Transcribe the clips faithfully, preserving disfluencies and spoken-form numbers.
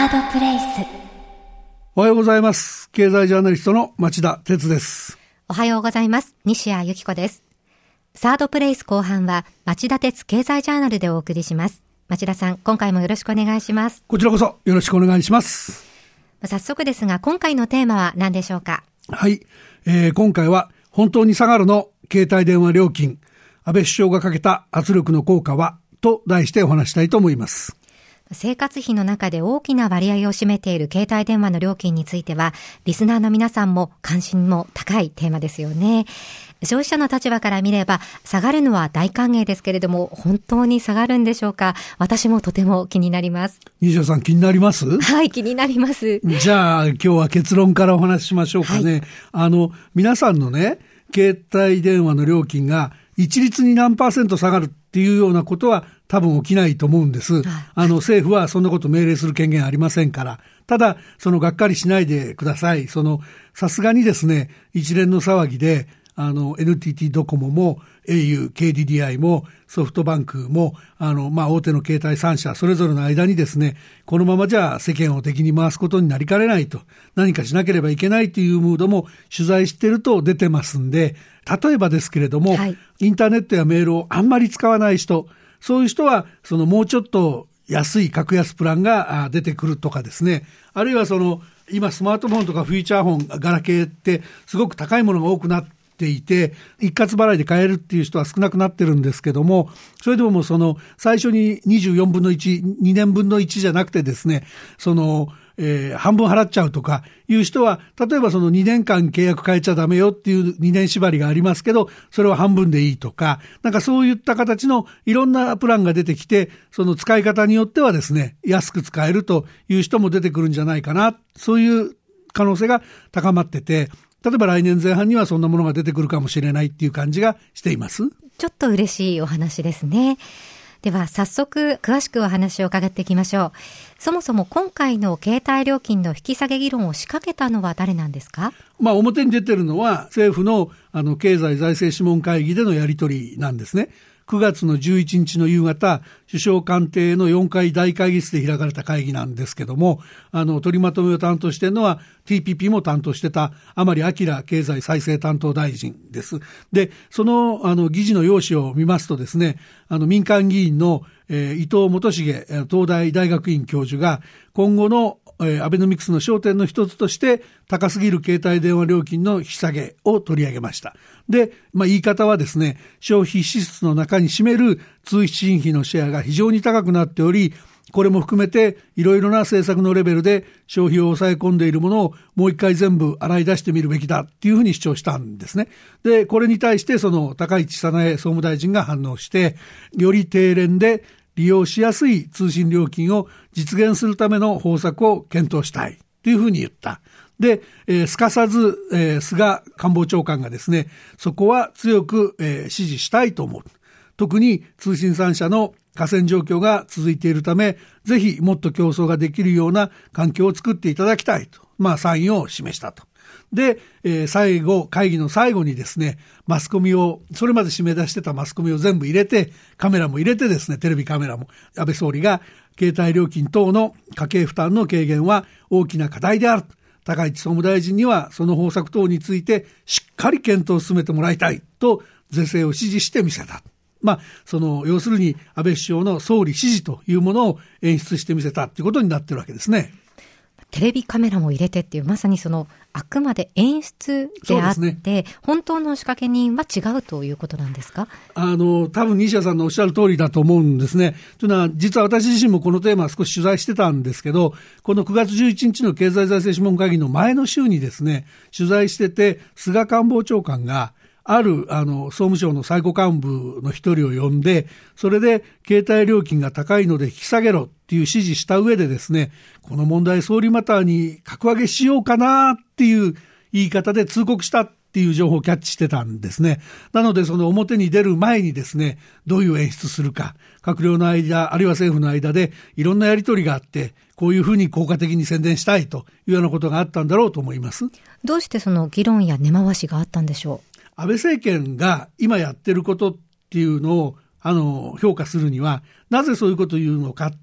ードプレイス。 おはようございます。経済ジャーナリストの町田哲です。 おはようございます。西谷由紀子です。サードプレイス後半は町田哲経済ジャーナルでお送りします。町田さん、今回もよろしくお願いします。 こちらこそよろしくお願いします。 早速ですが、今回のテーマは何でしょうか？ はい、えー、今回は本当に下がるの携帯電話料金、安倍首相がかけた圧力の効果はと題してお話したいと思います。 生活費の中で大きな割合を占めている携帯電話の料金については、リスナーの皆さんも関心も高いテーマですよね。消費者の立場から見れば下がるのは大歓迎ですけれども、本当に下がるんでしょうか？私もとても気になります。 西田さん、気になります？ はい、気になります。 じゃあ今日は結論からお話ししましょうかね。はい、あの皆さんのね、携帯電話の料金が一律に何パーセント下がるっていうようなことは多分起きないと思うんです。あの政府はそんなこと命令する権限ありませんから。ただそのがっかりしないでください。そのさすがにですね、一連の騒ぎであの エヌティーティー ドコモも エーユー、ケーディーディーアイ もソフトバンクもあの、まあ、大手の携帯さん社それぞれの間にですね、このままじゃ世間を敵に回すことになりかねないと、何かしなければいけないというムードも取材していると出てますんで、例えばですけれども、はい、インターネットやメールをあんまり使わない人、そういう人はそのもうちょっと安い格安プランが出てくるとかですね、あるいはその今スマートフォンとかフィーチャーフォン、ガラケーってすごく高いものが多くなってていて、一括払いで買えるっていう人は少なくなってるんですけども、それでももうその最初ににじゅうよんぶんのいち、にねんぶんのいちじゃなくてですね、その、えー、半分払っちゃうとかいう人は、例えばそのにねんかん契約変えちゃダメよっていうにねん縛りがありますけど、それは半分でいいとか、なんかそういった形のいろんなプランが出てきて、その使い方によってはですね、安く使えるという人も出てくるんじゃないかな、そういう可能性が高まってて、例えば来年前半にはそんなものが出てくるかもしれないっていう感じがしています。 ちょっと嬉しいお話ですね。では早速詳しくお話を伺っていきましょう。そもそも今回の携帯料金の引き下げ議論を仕掛けたのは誰なんですか？ まあ、表に出てるのは政府の、あの経済財政諮問会議でのやり取りなんですね。くがつのじゅういちにちの夕方、首相官邸のよんかい大会議室で開かれた会議なんですけども、あの取りまとめを担当しているのは ティーピーピー も担当してた甘利明経済再生担当大臣です。で、そのあの議事の要旨を見ますとですね、あの民間議員の、えー、伊藤元重東大大学院教授が今後のえー、アベノミクスの焦点の一つとして高すぎる携帯電話料金の引き下げを取り上げました。で、まあ、言い方はですね、消費支出の中に占める通信費のシェアが非常に高くなっており、これも含めていろいろな政策のレベルで消費を抑え込んでいるものをもう一回全部洗い出してみるべきだっていうふうに主張したんですね。で、これに対してその高市早苗総務大臣が反応して、より低廉で利用しやすい通信料金を実現するための方策を検討したいというふうに言った。で、えー、すかさず、えー、菅官房長官がですね、そこは強く、えー、支持したいと思う。特に通信さん社の寡占状況が続いているため、ぜひもっと競争ができるような環境を作っていただきたいと、まあ賛意を示したと。で、えー、最後、会議の最後にですね、マスコミを、それまで締め出してたマスコミを全部入れて、カメラも入れてですね、テレビカメラも、安倍総理が、携帯料金等の家計負担の軽減は大きな課題である。高市総務大臣には、その方策等について、しっかり検討を進めてもらいたいと、是正を指示してみせた。まあ、その、要するに、安倍首相の総理支持というものを演出してみせたということになっているわけですね。 テレビカメラも入れてっていう、まさにそのあくまで演出であって、ね、本当の仕掛け人は違うということなんですか？ あの多分西谷さんのおっしゃる通りだと思うんですね。というのは実は私自身もこのテーマは少し取材してたんですけど、このくがつじゅういちにちの経済財政諮問会議の前の週にですね、取材してて菅官房長官があるあの総務省の最高幹部の一人を呼んで、それで携帯料金が高いので引き下げろっていう指示した上でですね、この問題総理マターに格上げしようかなっていう言い方で通告したっていう情報をキャッチしてたんですね。なのでその表に出る前にですね、どういう演出するか、閣僚の間あるいは政府の間でいろんなやり取りがあって、こういうふうに効果的に宣伝したいというようなことがあったんだろうと思います。 どうしてその議論や根回しがあったんでしょう？ 安倍政権が今やってることっていうのをあの評価するには、なぜそういうことを言うのかっ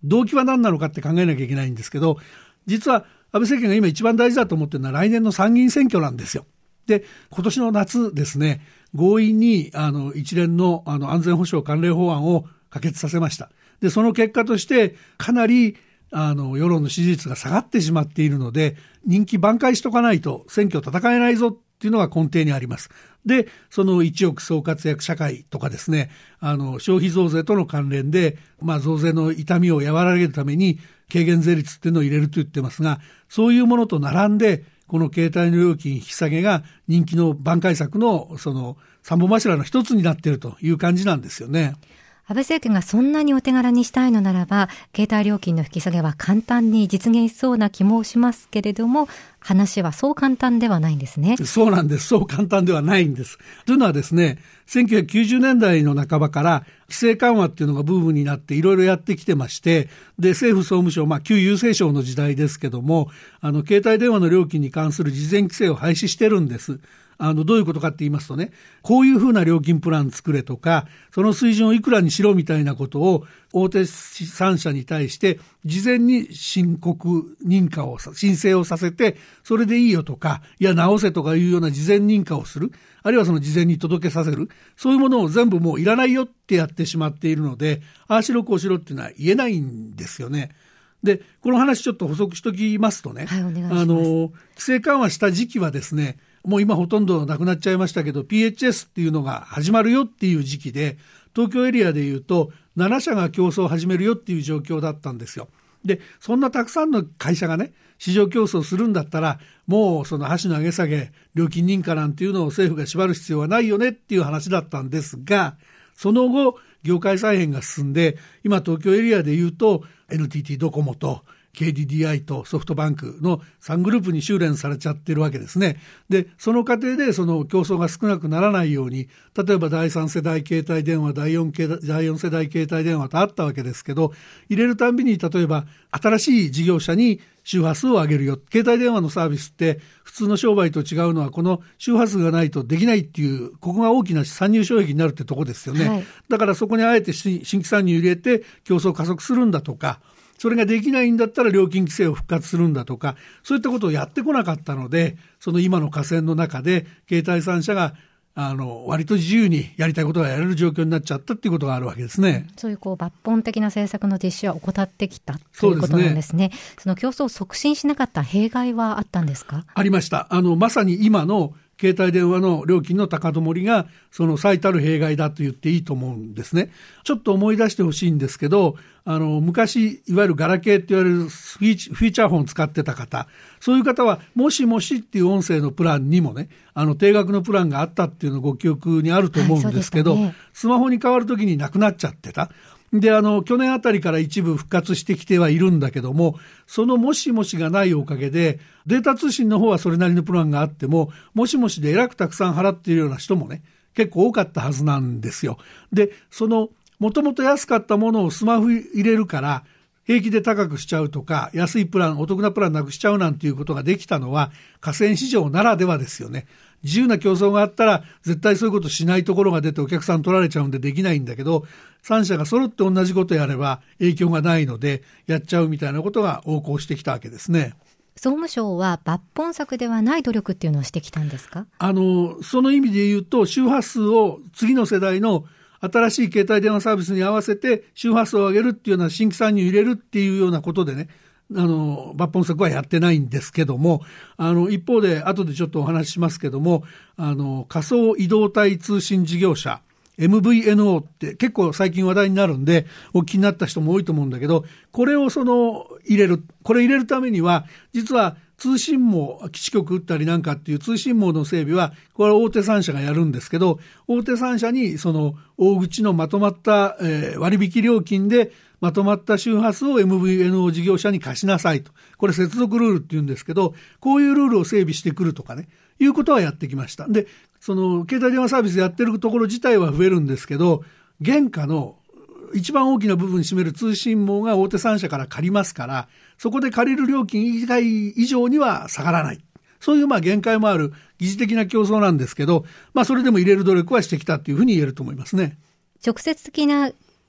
動機は何なのかって考えなきゃいけないんですけど、実は安倍政権が今一番大事だと思っているのは来年の参議院選挙なんですよ。で、今年の夏ですね、強引にあの一連のあの安全保障関連法案を可決させました。で、その結果としてかなりあの世論の支持率が下がってしまっているので、人気挽回しとかないと選挙戦えないぞっていうのが根底にあります。で、そのいちおく総活躍社会とかですね、あの消費増税との関連で、まあ、増税の痛みを和らげるために軽減税率っていうのを入れると言ってますが、そういうものと並んでこの携帯の料金引き下げが人気の挽回策のその三本柱の一つになっているという感じなんですよね。 安倍政権がそんなにお手柄にしたいのならば、携帯料金の引き下げは簡単に実現しそうな気もしますけれども、話はそう簡単ではないんですね。 そうなんです。そう簡単ではないんです。というのはですね、せんきゅうひゃくきゅうじゅうねんだいの半ばから規制緩和っていうのがブームになっていろいろやってきてまして、で、政府総務省、まあ旧郵政省の時代ですけども、あの携帯電話の料金に関する事前規制を廃止してるんです。あのどういうことかって言いますとね、こういうふうな料金プラン作れとか、その水準をいくらにしろみたいなことを大手さん社に対して事前に申告認可を申請をさせて、それでいいよとか、いや直せとかいうような事前認可をする、あるいはその事前に届けさせる、そういうものを全部もういらないよってやってしまっているので、ああしろこうしろっていうのは言えないんですよね。で、この話ちょっと補足しときますとね、 はい、お願いします。 あの規制緩和した時期はですね、もう今ほとんどなくなっちゃいましたけど ピーエイチエス っていうのが始まるよっていう時期で、東京エリアでいうとななしゃが競争を始めるよっていう状況だったんですよ。で、そんなたくさんの会社がね市場競争するんだったら、もうその箸の上げ下げ料金認可なんていうのを政府が縛る必要はないよねっていう話だったんですが、その後業界再編が進んで、今東京エリアでいうと エヌティーティー ドコモとケーディーディーアイ とソフトバンクのさんグループに収斂されちゃってるわけですね。で、その過程でその競争が少なくならないように、例えばだいさん世代携帯電話、だいよん世代携帯電話とあったわけですけど、入れるたんびに例えば新しい事業者に周波数を上げるよ。携帯電話のサービスって普通の商売と違うのは、この周波数がないとできないっていう、ここが大きな参入障壁になるってとこですよね。はい、だからそこにあえて新規参入入れて競争加速するんだとか、それができないんだったら料金規制を復活するんだとか、そういったことをやってこなかったので、その今の河川の中で携帯さん社があの割と自由にやりたいことがやれる状況になっちゃったっていうことがあるわけですね。 そういうこう抜本的な政策の実施は怠ってきたということなんですね。 そ, ですねその競争を促進しなかった弊害はあったんですか？ ありました。あのまさに今の携帯電話の料金の高止まりがその最たる弊害だと言っていいと思うんですね。ちょっと思い出してほしいんですけど、あの昔いわゆるガラケーって言われるフィーチャーフォンを使ってた方、そういう方はもしもしっていう音声のプランにもね、あの定額のプランがあったっていうのご記憶にあると思うんですけど、はい、ね、スマホに変わるときになくなっちゃってた。で、あの去年あたりから一部復活してきてはいるんだけども、そのもしもしがないおかげでデータ通信の方はそれなりのプランがあっても、もしもしでえらくたくさん払っているような人もね結構多かったはずなんですよ。で、そのもともと安かったものをスマホ入れるから平気で高くしちゃうとか、安いプラン、お得なプランなくしちゃうなんていうことができたのは河川市場ならではですよね。自由な競争があったら絶対そういうことしないところが出てお客さん取られちゃうんでできないんだけど、さん社が揃って同じことやれば影響がないのでやっちゃうみたいなことが横行してきたわけですね。 総務省は抜本策ではない努力っていうのをしてきたんですか？ あのその意味で言うと、周波数を次の世代の新しい携帯電話サービスに合わせて周波数を上げるっていうような新規参入入れるっていうようなことでね、あの抜本策はやってないんですけども、あの一方で後でちょっとお話ししますけども、あの仮想移動体通信事業者 エムブイエヌオー って結構最近話題になるんでお聞きになった人も多いと思うんだけど、これをその入れるこれ入れるためには実は通信網、基地局打ったりなんかっていう通信網の整備はこれは大手さん社がやるんですけど、大手さん社にその大口のまとまった、えー、割引料金でまとまった周波数を エムブイエヌオー 事業者に貸しなさいと、これ接続ルールって言うんですけど、こういうルールを整備してくるとかね、いうことはやってきました。で、その携帯電話サービスやってるところ自体は増えるんですけど、原価の一番大きな部分に占める通信網が大手さん社から借りますから、そこで借りる料金以外以上には下がらない。そういうまあ限界もある疑似的な競争なんですけど、まあそれでも入れる努力はしてきたというふうに言えると思いますね。 直接的な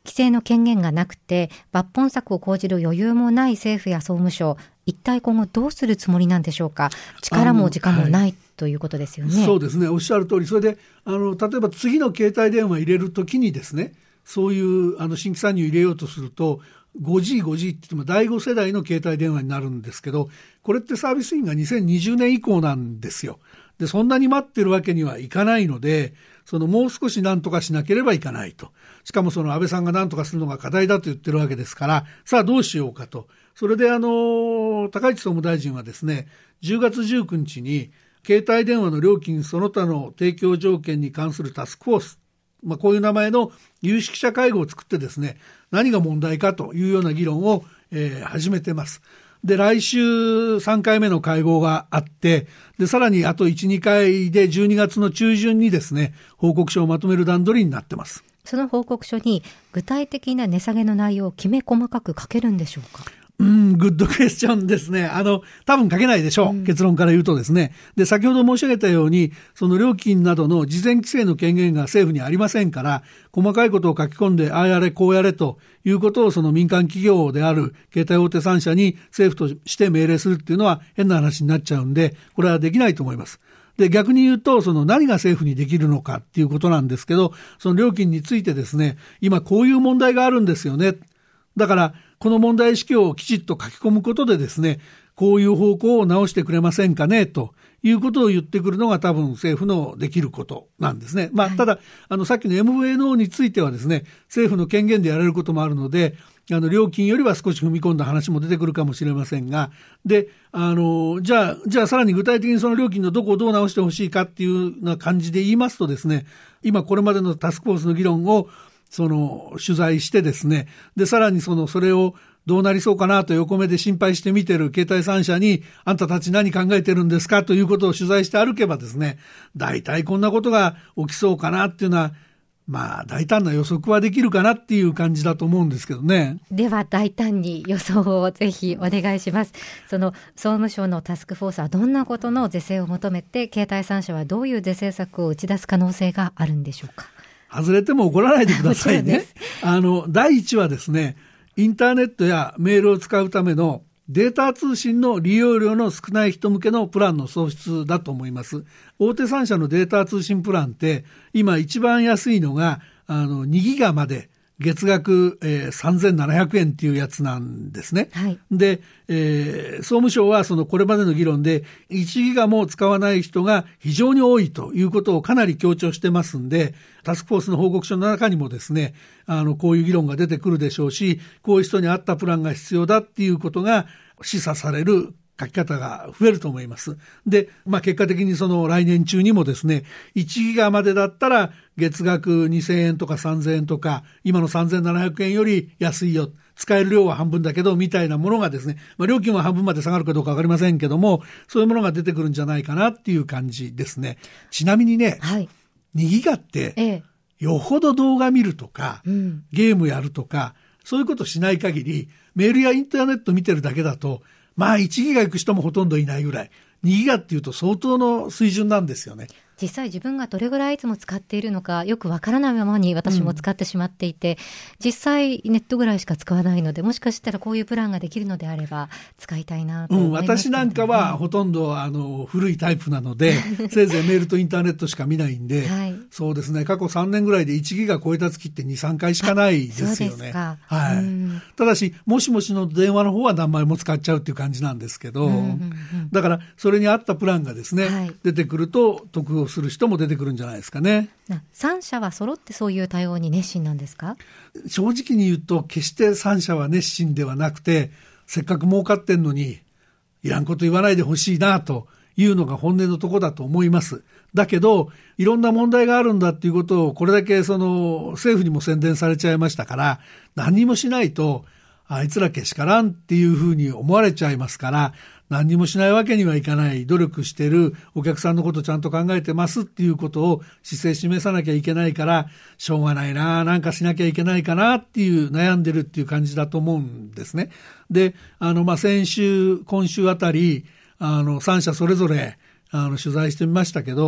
規制の権限がなくて抜本策を講じる余裕もない政府や総務省、一体今後どうするつもりなんでしょうか。力も時間もない、はい、ということですよね。 そうですね、おっしゃる通り。それであの例えば次の携帯電話入れるときにですね、そういうあの新規参入入れようとすると ファイブジー、ファイブジー って言ってもだいご世代の携帯電話になるんですけど、これってサービスインがにせんにじゅうねん以降なんですよ。でそんなに待ってるわけにはいかないので、そのもう少し何とかしなければいかないと。しかもその安倍さんが何とかするのが課題だと言ってるわけですから、さあどうしようかと。それであの高市総務大臣はですね、じゅうがつじゅうくにちに携帯電話の料金その他の提供条件に関するタスクフォース、まあ、こういう名前の有識者会合を作ってですね、何が問題かというような議論を、えー、始めてます。で来週さんかいめの会合があって、でさらにあと いち、にかいでじゅうにがつの中旬にですね、報告書をまとめる段取りになってます。 その報告書に具体的な値下げの内容をきめ細かく書けるんでしょうか。 うん、グッドクエスチョンですね。あの、多分書けないでしょう。うん、結論から言うとですね。で、先ほど申し上げたように、その料金などの事前規制の権限が政府にありませんから、細かいことを書き込んで、ああやれこうやれということをその民間企業である携帯大手さん社に政府として命令するっていうのは変な話になっちゃうんで、これはできないと思います。で、逆に言うと、その何が政府にできるのかっていうことなんですけど、その料金についてですね、今こういう問題があるんですよね。だから、この問題意識をきちっと書き込むことでですね、こういう方向を直してくれませんかねということを言ってくるのが多分政府のできることなんですね。まあ、ただ、あの、さっきの エムブイエヌオー についてはですね、政府の権限でやれることもあるので、あの、料金よりは少し踏み込んだ話も出てくるかもしれませんが、で、あの、じゃあ、じゃあさらに具体的にその料金のどこをどう直してほしいかっていうような感じで言いますとですね、今これまでのタスクフォースの議論をその取材してですね、でさらにそのそれをどうなりそうかなと横目で心配して見てる携帯さん社に、あんたたち何考えてるんですかということを取材して歩けばですね、大体こんなことが起きそうかなっていうのは、まあ大胆な予測はできるかなっていう感じだと思うんですけどね。 では大胆に予想をぜひお願いします。その総務省のタスクフォースはどんなことの是正を求めて、携帯さん社はどういう是正策を打ち出す可能性があるんでしょうか。 外れても怒らないでくださいね。あの第一はですね、インターネットやメールを使うためのデータ通信の利用量の少ない人向けのプランの創出だと思います。大手さん社のデータ通信プランって今一番安いのがあのにギガまで月額、えー、さんぜんななひゃくえんっていうやつなんですね。はい、で、えー、総務省はそのこれまでの議論でいちギガも使わない人が非常に多いということをかなり強調してますんで、タスクフォースの報告書の中にもですね、あのこういう議論が出てくるでしょうし、こういう人に合ったプランが必要だっていうことが示唆される書き方が増えると思います。で、まあ、結果的にその来年中にもですね、いちギガまでだったら月額にせんえんとかさんぜんえんとか、今のさんぜんななひゃくえんより安いよ、使える量は半分だけどみたいなものがですね、まあ、料金は半分まで下がるかどうか分かりませんけども、そういうものが出てくるんじゃないかなっていう感じですね。ちなみにね、はい、にギガって、ええ、よほど動画見るとか、うん、ゲームやるとか、そういうことしない限り、メールやインターネット見てるだけだと、まあいちギガ行く人もほとんどいないぐらい、にギガっていうと相当の水準なんですよね。 実際自分がどれぐらいいつも使っているのかよくわからないままに私も使ってしまっていて、うん、実際ネットぐらいしか使わないので、もしかしたらこういうプランができるのであれば使いたいなと思います、ね。うん、 私なんかはほとんどあの古いタイプなのでせいぜいメールとインターネットしか見ないんで、はい、そうですね、過去さんねんぐらいでいちギガ超えた月ってに、さんかいしかないですよね。そうですか。はい、ただしもしもしの電話の方は何枚も使っちゃうっていう感じなんですけど、うんうんうん、だからそれに合ったプランがですね、はい、出てくると得をする人も出てくるんじゃないですかね。 さん社は揃ってそういう対応に熱心なんですか？ 正直に言うと決してさん社は熱心ではなくて、せっかく儲かってんのにいらんこと言わないでほしいなというのが本音のところだと思います。だけどいろんな問題があるんだっていうことをこれだけその政府にも宣伝されちゃいましたから、何もしないとあいつらけしからんっていうふうに思われちゃいますから、何にもしないわけにはいかない、努力してるお客さんのことちゃんと考えてますっていうことを姿勢示さなきゃいけないから、しょうがないな、なんかしなきゃいけないかなっていう悩んでるっていう感じだと思うんですね。で、あのまあ先週今週あたりあのさん社それぞれあの取材してみましたけど、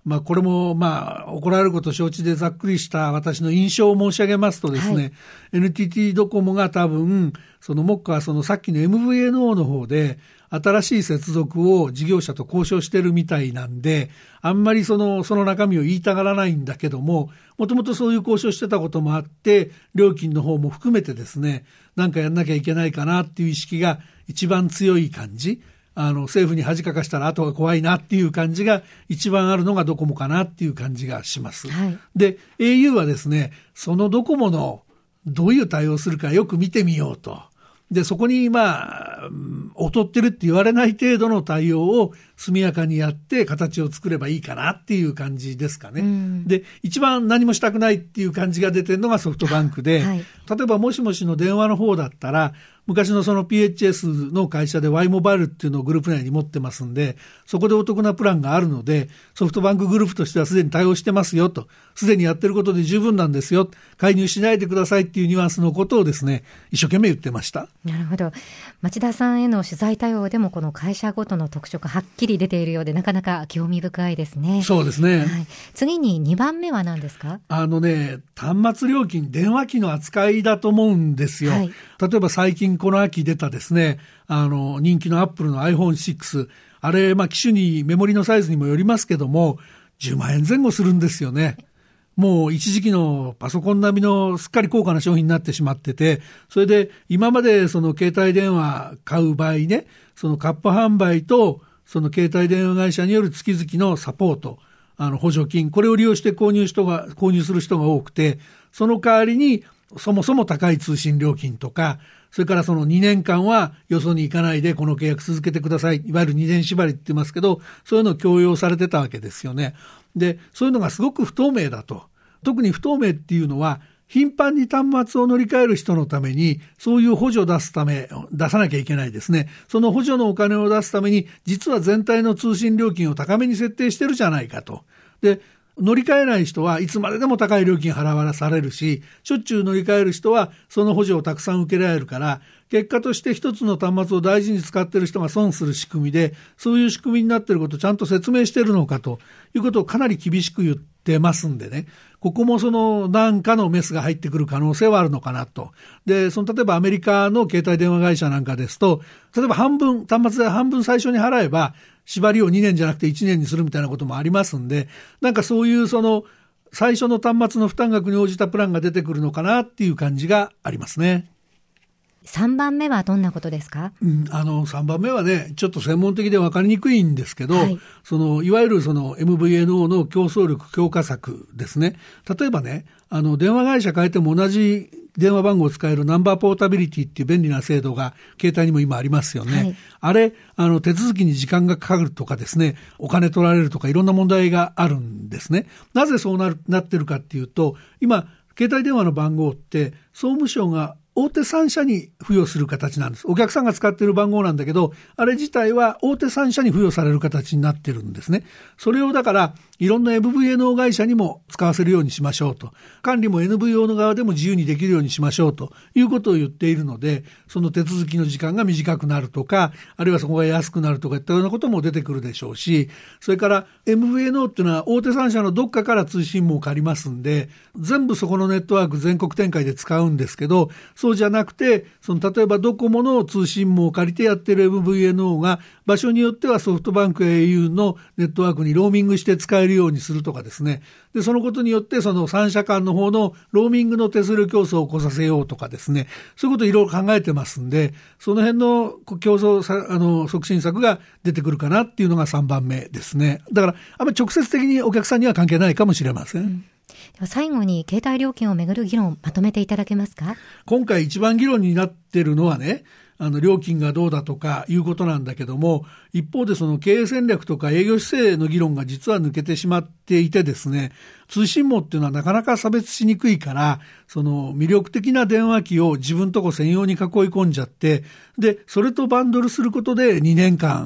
まあ、これもまあ怒られること承知でざっくりした私の印象を申し上げますとですね、はい、エヌティーティー ドコモが多分その目下はそのさっきの エムブイエヌオー の方で新しい接続を事業者と交渉してるみたいなんで、あんまりそのその中身を言いたがらないんだけども、もともとそういう交渉してたこともあって、料金の方も含めてですね、なんかやんなきゃいけないかなっていう意識が一番強い感じ。あの政府に恥かかしたら後が怖いなっていう感じが一番あるのがドコモかなっていう感じがします、はい、で エーユー はですね、そのドコモのどういう対応するかよく見てみようと。でそこにまあ劣ってるって言われない程度の対応を速やかにやって形を作ればいいかなっていう感じですかね、うん、で一番何もしたくないっていう感じが出てるのがソフトバンクで、はい、例えばもしもしの電話の方だったら昔のその ピーエイチエス の会社で Y モバイルっていうのをグループ内に持ってますんで、そこでお得なプランがあるので、ソフトバンクグループとしてはすでに対応してますよと、すでにやってることで十分なんですよ、介入しないでくださいっていうニュアンスのことをですね、一生懸命言ってました。 なるほど。町田さんへの取材対応でもこの会社ごとの特色はっきり出ているようで、なかなか興味深いですね。 そうですね、 はい、次ににばんめは何ですか？ あのね、端末料金、電話機の扱いだと思うんですよ、はい、例えば最近この秋出たですね、あの人気のアップルの アイフォンシックス、 あれ、まあ、機種にメモリのサイズにもよりますけどもじゅうまんえんぜん後するんですよね。もう一時期のパソコン並みのすっかり高価な商品になってしまってて、それで今までその携帯電話買う場合ね、そのカップ販売とその携帯電話会社による月々のサポート、あの補助金、これを利用して購入人が購入する人が多くて、その代わりにそもそも高い通信料金とか、それからそのにねんかんはよそに行かないでこの契約続けてください、いわゆるにねん縛りって言いますけど、そういうのを強要されてたわけですよね。でそういうのがすごく不透明だと。特に不透明っていうのは頻繁に端末を乗り換える人のためにそういう補助を出すため出さなきゃいけないですね。その補助のお金を出すために実は全体の通信料金を高めに設定してるじゃないかと。で乗り換えない人はいつまででも高い料金払わされるし、しょっちゅう乗り換える人はその補助をたくさん受けられるから、結果として一つの端末を大事に使っている人が損する仕組みで、そういう仕組みになっていることをちゃんと説明しているのかということをかなり厳しく言ってますんでね、ここもその何かのメスが入ってくる可能性はあるのかなと。でその例えばアメリカの携帯電話会社なんかですと、例えば半分端末で半分最初に払えば縛りをにねんじゃなくていちねんにするみたいなこともありますんで、なんかそういうその最初の端末の負担額に応じたプランが出てくるのかなっていう感じがありますね。 さんばんめはどんなことですか？ うん、あのさんばんめはね、ちょっと専門的で分かりにくいんですけど、はい、そのいわゆるその エムブイエヌオー の競争力強化策ですね。例えばね、あの電話会社変えても同じ電話番号を使えるナンバーポータビリティっていう便利な制度が携帯にも今ありますよね、はい、あれあの手続きに時間がかかるとかですね、お金取られるとかいろんな問題があるんですね。なぜそうなる、なってるかっていうと、今携帯電話の番号って総務省が大手さん社に付与する形なんです。お客さんが使っている番号なんだけど、あれ自体は大手さん社に付与される形になってるんですね。それをだからいろんな エムブイエヌオー 会社にも使わせるようにしましょうと、管理も エヌブイオー の側でも自由にできるようにしましょうということを言っているので、その手続きの時間が短くなるとか、あるいはそこが安くなるとかいったようなことも出てくるでしょうし、それから エムブイエヌオー っていうのは大手さん社のどっかから通信網を借りますんで、全部そこのネットワーク全国展開で使うんですけど、そうじゃなくて、その例えばドコモの通信網を借りてやってる エムブイエヌオー が場所によってはソフトバンク エーユー のネットワークにローミングして使えるようにするとかですね。でそのことによってそのさん社間の方のローミングの手数料競争を起こさせようとかですね、そういうことをいろいろ考えてますんで、その辺の競争あの促進策が出てくるかなっていうのがさんばんめですね。だからあんまり直接的にお客さんには関係ないかもしれません、うん。 では最後に携帯料金をめぐる議論をまとめていただけますか？ 今回一番議論になっているのはね、あの料金がどうだとかいうことなんだけども、一方でその経営戦略とか営業姿勢の議論が実は抜けてしまっていてですね、通信網っていうのはなかなか差別しにくいから、その魅力的な電話機を自分とこ専用に囲い込んじゃって、でそれとバンドルすることでにねんかん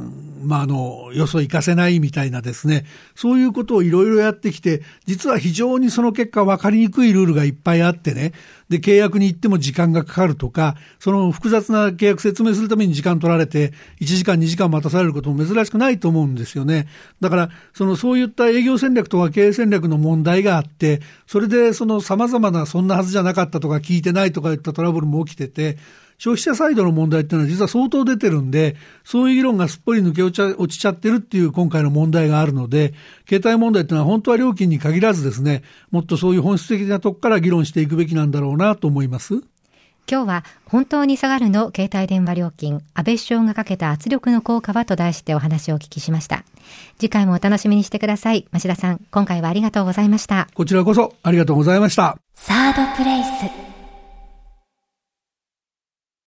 まあ、あの、よそ行かせないみたいなですね、そういうことをいろいろやってきて、実は非常にその結果分かりにくいルールがいっぱいあってね、で、契約に行っても時間がかかるとか、その複雑な契約説明するために時間取られて、いちじかんにじかん待たされることも珍しくないと思うんですよね。だから、その、そういった営業戦略とか経営戦略の問題があって、それでその様々なそんなはずじゃなかったとか聞いてないとかいったトラブルも起きてて、消費者サイドの問題っていうのは実は相当出てるんで、そういう議論がすっぽり抜け落ちちゃ、落ちちゃってるっていう今回の問題があるので、携帯問題っていうのは本当は料金に限らずですね、もっとそういう本質的なとこから議論していくべきなんだろうなと思います。 今日は本当に下がるの携帯電話料金、安倍首相がかけた圧力の効果はと題してお話をお聞きしました。次回もお楽しみにしてください。町田さん、今回はありがとうございました。 こちらこそありがとうございました。 サードプレイス。